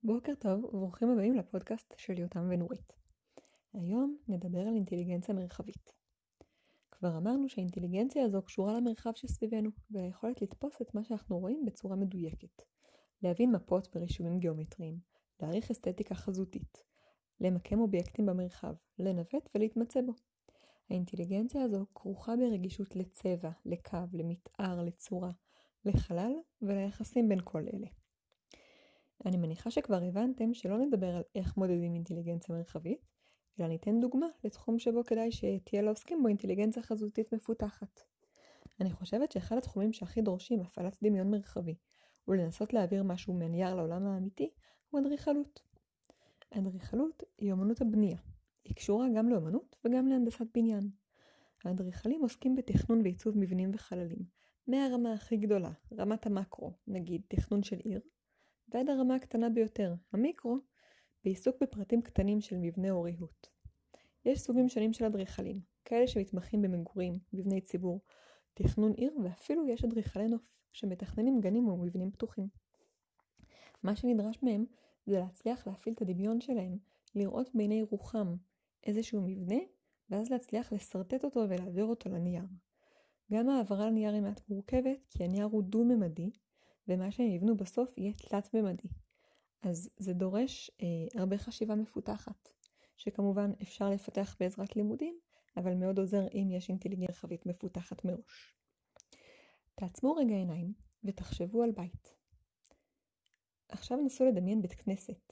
בוקר טוב וברוכים הבאים לפודקאסט של יותם ונורית. היום נדבר על אינטליגנציה מרחבית. כבר אמרנו שהאינטליגנציה הזו קשורה למרחב שסביבנו, והיכולת לתפוס את מה שאנחנו רואים בצורה מדויקת. להבין מפות ורישומים גיאומטריים, להעריך אסתטיקה חזותית, למקם אובייקטים במרחב, לנווט ולהתמצא בו. האינטליגנציה הזו כרוכה ברגישות לצבע, לקו, למתאר, לצורה, לחלל וליחסים בין כל אלה. אני מניחה שכבר הבנתם שלא נדבר על איך מודדים אינטליגנציה מרחבית, אלא ניתן דוגמה לתחום שבו כדאי שתהיה לעוסקים בו אינטליגנציה חזותית מפותחת. אני חושבת שאחד התחומים שהכי דורשים הפעלת דמיון מרחבי, ולנסות להעביר משהו מהנייר לעולם האמיתי, הוא אדריכלות. אדריכלות היא אומנות הבנייה. היא קשורה גם לאומנות וגם להנדסת בניין. האדריכלים עוסקים בתכנון ועיצוב מבנים וחללים, מהרמה הכי גדולה, רמת המקרו, נגיד תכנון של עיר, ועד הרמה הקטנה ביותר, המיקרו, בעיסוק בפרטים קטנים של מבנה או ריהוט. יש סוגים שונים של אדריכלים, כאלה שמתמחים במגורים, מבני ציבור, תכנון עיר, ואפילו יש אדריכלי נוף שמתכננים גנים ומבנים פתוחים. מה שנדרש מהם זה להצליח להפעיל את הדמיון שלהם, לראות בעיני רוחם איזשהו מבנה, ואז להצליח לסרטט אותו ולהעביר אותו לנייר. גם העברה לנייר היא מעט מורכבת, כי הנייר הוא דו-ממדי, ומה שהם יבנו בסוף יהיה תלת-ממדי. אז זה דורש הרבה חשיבה מפותחת, שכמובן אפשר לפתח בעזרת לימודים, אבל מאוד עוזר אם יש אינטליגנציה מרחבית מפותחת מראש. תעצמו רגע עיניים ותחשבו על בית. עכשיו נסו לדמיין בית כנסת.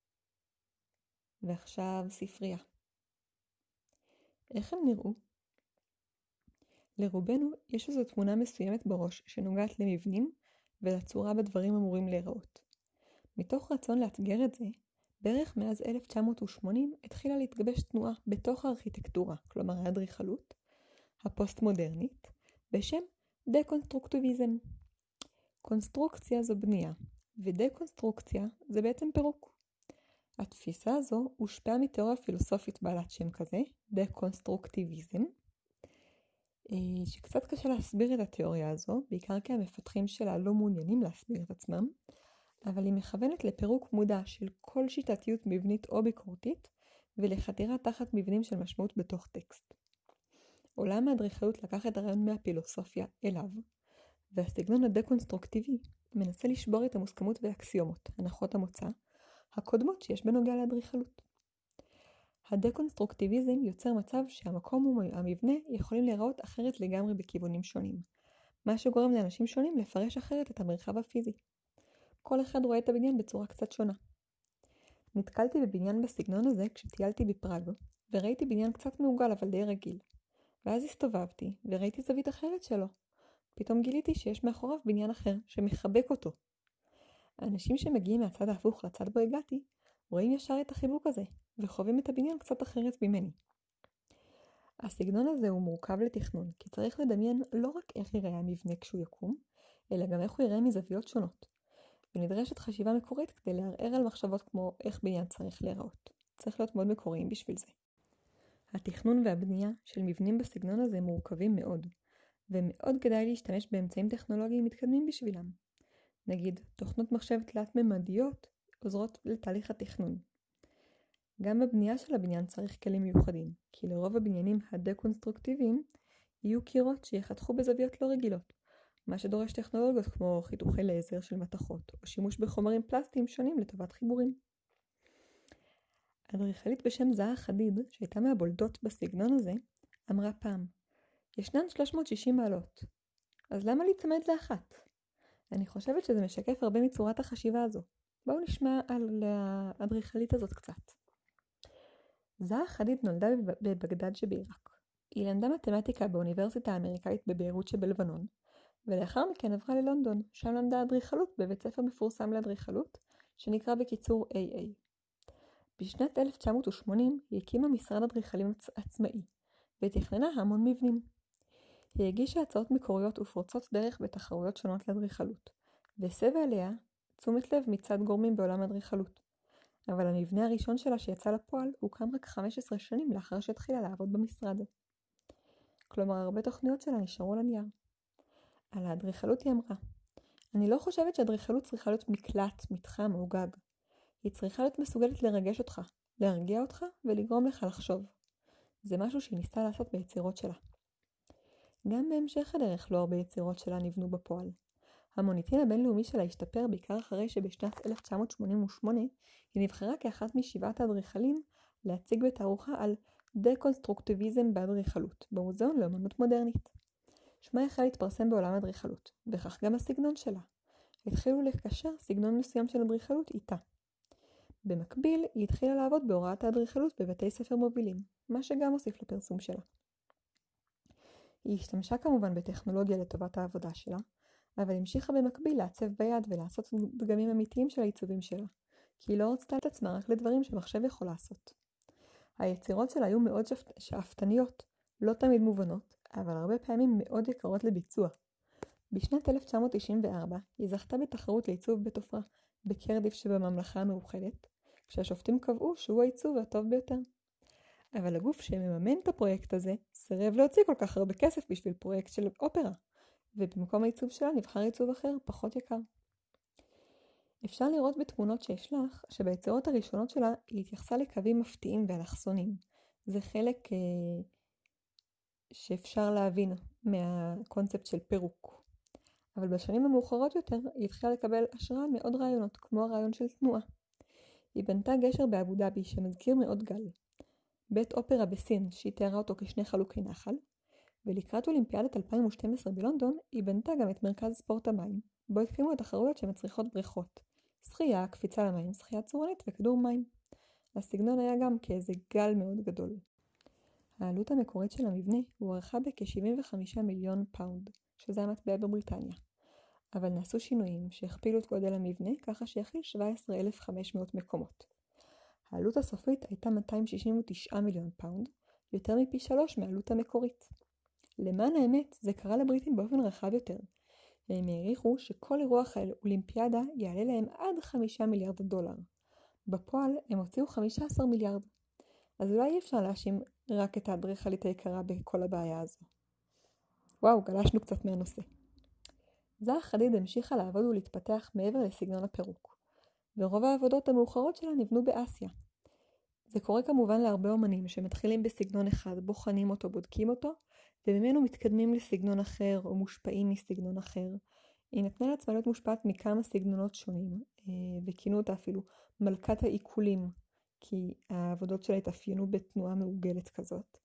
ועכשיו ספרייה. איך הם נראו? לרובנו יש איזו תמונה מסוימת בראש שנוגעת למבנים ולצורה בדברים אמורים להיראות. מתוך רצון לאתגר את זה, בערך מאז 1980 התחילה להתגבש תנועה בתוך הארכיטקטורה, כלומר האדריכלות, הפוסט-מודרנית, בשם דקונסטרוקטיביזם. קונסטרוקציה זו בנייה, ודקונסטרוקציה זה בעצם פירוק. התפיסה הזו הושפעה מתיאוריה פילוסופית בעלת שם כזה, דקונסטרוקטיביזם, שקצת קשה להסביר את התיאוריה הזו, בעיקר כי המפתחים שלה לא מעוניינים להסביר את עצמם, אבל היא מכוונת לפירוק מודע של כל שיטתיות מבנית או ביקורתית, ולחתירה תחת מבנים של משמעות בתוך טקסט. עולם האדריכלות לקח את הרעיון מהפילוסופיה אליו, והסגנון הדקונסטרוקטיבי מנסה לשבור את המוסכמות והאקסיומות, הנחות המוצא, הקודמות שיש בנוגע לאדריכלות. הדקונסטרוקטיביזם יוצר מצב שהמקום והמבנה יכולים להיראות אחרת לגמרי בכיוונים שונים, מה שגורם לאנשים שונים לפרש אחרת את המרחב הפיזי. כל אחד רואה את הבניין בצורה קצת שונה. נתקלתי בבניין בסגנון הזה כשטיילתי בפראג, וראיתי בניין קצת מעוגל אבל די רגיל. ואז הסתובבתי וראיתי זווית אחרת שלו. פתאום גיליתי שיש מאחוריו בניין אחר שמחבק אותו. האנשים שמגיעים מהצד ההפוך לצד בו הגעתי, רואים ישר את החיבוק הזה, וחווים את הבניין קצת אחרת ממני. הסגנון הזה הוא מורכב לתכנון, כי צריך לדמיין לא רק איך ייראה המבנה כשהוא יקום, אלא גם איך הוא ייראה מזוויות שונות. ונדרשת חשיבה מקורית כדי לערער על מחשבות כמו איך בניין צריך להיראות. צריך להיות מאוד מקוריים בשביל זה. התכנון והבנייה של מבנים בסגנון הזה מורכבים מאוד, ומאוד כדאי להשתמש באמצעים טכנולוגיים מתקדמים בשבילם. נגיד, תוכנות מחשב תלת-ממדיות עוזרות לתהליך התכנון. גם בבנייה של הבניין צריך כלים מיוחדים, כי לרוב הבניינים הדקונסטרוקטיביים יהיו קירות שיחתכו בזוויות לא רגילות, מה שדורש טכנולוגיות כמו חיתוכי לייזר של מתכות, או שימוש בחומרים פלסטיים שונים לטובת חיבורים. אדריכלית בשם זהה חדיד, שהייתה מהבולטות בסגנון הזה, אמרה פעם, ישנן 360 מעלות, אז למה להצמד לאחת? אני חושבת שזה משקף הרבה מצורת החשיבה הזו. בואו נשמע על האדריכלית הזאת קצת. זהה חדיד נולדה בבגדד שבעיראק. היא למדה מתמטיקה באוניברסיטה האמריקאית בביירות שבלבנון, ולאחר מכן עברה ללונדון, שם למדה אדריכלות בבית ספר מפורסם לאדריכלות, שנקרא בקיצור AA. בשנת 1980 היא הקימה משרד אדריכלים עצמאי, ותכננה המון מבנים. היא הגישה הצעות מקוריות ופורצות דרך בתחרויות שונות לאדריכלות, והסבה עליה תשומת לב מצד גורמים בעולם האדריכלות. אבל המבנה הראשון שלה שיצא לפועל הוקם רק 15 שנים לאחר שהתחילה לעבוד במשרד. כלומר, הרבה תוכניות שלה נשארו על הנייר. על האדריכלות היא אמרה, אני לא חושבת שאדריכלות צריכה להיות מקלט, מתחם או גג. היא צריכה להיות מסוגלת לרגש אותך, להרגיע אותך ולגרום לך לחשוב. זה משהו שהיא ניסתה לעשות ביצירות שלה. גם בהמשך הדרך לא הרבה יצירות שלה נבנו בפועל. המוניטין הבינלאומי שלה השתפר בעיקר אחרי שבשנת 1988 היא נבחרה כאחת משבעת האדריכלים להציג בתערוכה על דקונסטרוקטיביזם באדריכלות במוזיאון לאמנות מודרנית. שמה החל להתפרסם בעולם האדריכלות, וכך גם הסגנון שלה. התחילו לקשר סגנון מסוים של אדריכלות איתה. במקביל היא התחילה לעבוד בהוראת האדריכלות בבתי ספר מובילים, מה שגם הוסיף לפרסום שלה. היא השתמשה כמובן בטכנולוגיה לטובת העבודה שלה, אבל המשיכה במקביל לעצב ביד ולעשות דגמים אמיתיים של העיצובים שלה, כי היא לא רצתה את עצמה רק לדברים שמחשב יכול לעשות. היצירות שלה היו מאוד שאפתניות, לא תמיד מובנות, אבל הרבה פעמים מאוד יקרות לביצוע. בשנת 1994 היא זכתה בתחרות לעיצוב בית עופרה בקרדיף שבממלכה המאוחדת, כשהשופטים קבעו שהוא העיצוב הטוב ביותר. אבל הגוף שמממן את הפרויקט הזה סירב להוציא כל כך הרבה כסף בשביל פרויקט של אופרה, ובמקום העיצוב שלה נבחר עיצוב אחר פחות יקר. אפשר לראות בתמונות שיש לך שביצירות הראשונות שלה היא התייחסה לקווים מפתיעים ואלכסונים. זה חלק שאפשר להבין מהקונספט של פירוק. אבל בשנים המאוחרות יותר היא התחילה לקבל השראה מעוד רעיונות, כמו הרעיון של תנועה. היא בנתה גשר באבו דאבי שמזכיר מאוד גל. בית אופרה בסין שהיא תיארה אותו כשני חלוקי נחל, ולקראת אולימפיאדת 2012 בלונדון היא בנתה גם את מרכז ספורט המים, בו התקיימו התחרויות שמצריכות בריכות, שחייה, קפיצה למים, שחייה צורנית וכדור מים. הסגנון היה גם כאיזה גל מאוד גדול. העלות המקורית של המבנה הוערכה בכ-75 מיליון פאונד, שזה המטבע בבריטניה. אבל נעשו שינויים שהכפילו את גודל המבנה ככה שיכיל 17,500 מקומות. העלות הסופית הייתה 269 מיליון פאונד, יותר מפי 3 מהעלות המקורית. למען האמת, זה קרה לבריטים באופן רחב יותר, והם העריכו שכל אירוח האולימפיאדה יעלה להם עד 5 מיליארד דולר. בפועל הם הוציאו 15 מיליארד. אז אולי אי אפשר להאשים רק את האדריכלית היקרה בכל הבעיה הזו. וואו, גלשנו קצת מהנושא. זהר חדיד המשיכה לעבוד ולהתפתח מעבר לסגנון הפירוק, ורוב העבודות המאוחרות שלה נבנו באסיה. זה קורה כמובן להרבה אומנים שמתחילים בסגנון אחד, בוחנים אותו, בודקים אותו, וממנו מתקדמים לסגנון אחר או מושפעים מסגנון אחר. היא נתנה לעצמה להיות מושפעת מכמה סגנונות שונים, וכינו אותה אפילו מלכת העיכולים, כי העבודות שלה התאפיינו בתנועה מעוגלת כזאת.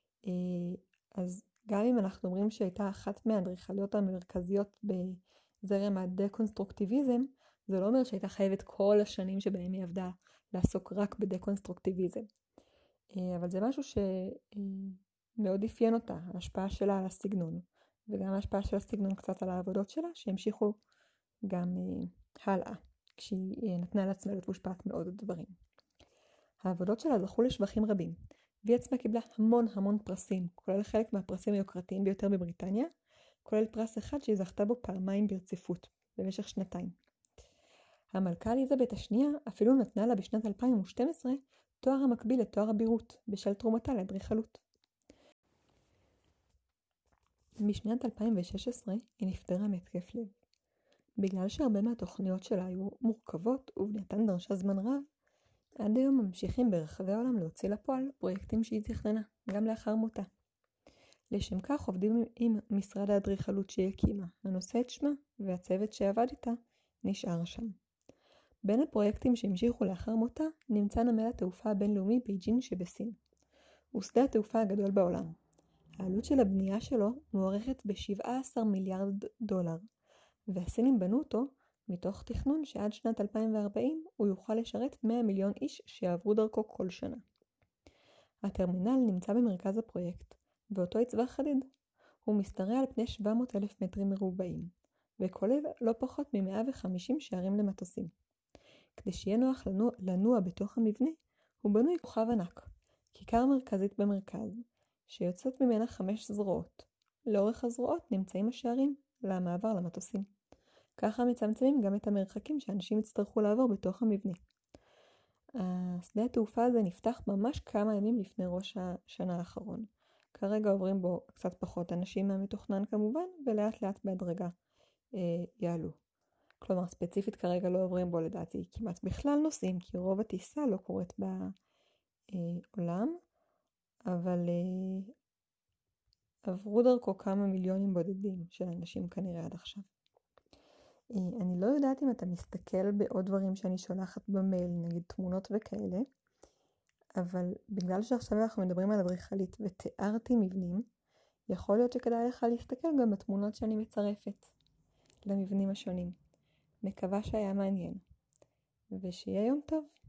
אז גם אם אנחנו אומרים שהייתה אחת מהאדריכליות המרכזיות בזרם הדקונסטרוקטיביזם, זה לא אומר שהייתה חייבת כל השנים שבהם היא עבדה לעסוק רק בדקונסטרוקטיביזם. אבל זה משהו שמאוד אפיין אותה, ההשפעה שלה על הסגנון, וגם ההשפעה של הסגנון קצת על העבודות שלה, שהמשיכו גם הלאה, כשהיא נתנה לעצמה להיות מושפעת מאוד דברים. העבודות שלה זכו לשבחים רבים, והיא עצמה קיבלה המון פרסים, כולל חלק מהפרסים היוקרתיים ביותר בבריטניה, כולל פרס אחד שהיא זכתה בו פעמיים ברציפות, במשך 2 המלכה אליזבת השנייה אפילו נתנה לה בשנת 2012 תואר המקביל לתואר הבירות, בשל תרומתה לאדריכלות. בשנת 2016 היא נפטרה מהתקף לב. בגלל שהרבה מהתוכניות שלה היו מורכבות ובנייתן דרשה זמן רב, עד היום ממשיכים ברחבי העולם להוציא לפועל פרויקטים שהיא תכננה, גם לאחר מותה. לשם כך עובדים עם משרד האדריכלות שהיא הקימה, הנושא את שמה, והצוות שעבד איתה נשאר שם. בין הפרויקטים שהמשיכו לאחר מותה נמצא נמל התעופה הבינלאומי בייג'ין שבסין. הוא שדה התעופה הגדול בעולם. העלות של הבנייה שלו מוערכת ב-17 מיליארד דולר, והסינים בנו אותו מתוך תכנון שעד שנת 2040 הוא יוכל לשרת 100 מיליון איש שיעברו דרכו כל שנה. הטרמינל נמצא במרכז הפרויקט, ואותו עיצבה חדיד. הוא משתרע על פני 700,000 מטרים מרובעים, וכולל לא פחות מ-150 שערים למטוסים. כדי שיהיה נוח לנוע בתוך המבנה, הוא בנוי כוכב ענק, כיכר מרכזית במרכז, שיוצאת ממנה 5 זרועות. לאורך הזרועות נמצאים השערים למעבר למטוסים. ככה מצמצמים גם את המרחקים שאנשים יצטרכו לעבור בתוך המבנה. השדה התעופה הזה נפתח ממש כמה ימים לפני ראש השנה האחרון. כרגע עוברים בו קצת פחות אנשים מהמתוכנן כמובן, ולאט לאט בהדרגה יעלו. כלומר, ספציפית כרגע לא עוברים בו לדעתי כמעט בכלל נוסעים, כי רוב הטיסה לא קורית בעולם, אבל עברו דרכו כמה מיליונים בודדים של אנשים כנראה עד עכשיו. אני לא יודעת אם אתה מסתכל בעוד דברים שאני שולחת במייל, נגיד תמונות וכאלה, אבל בגלל שעכשיו אנחנו מדברים על אדריכלית ותיארתי מבנים, יכול להיות שכדאי לך להסתכל גם בתמונות שאני מצרפת למבנים השונים. מקווה שהיה מעניין, ושיהיה יום טוב.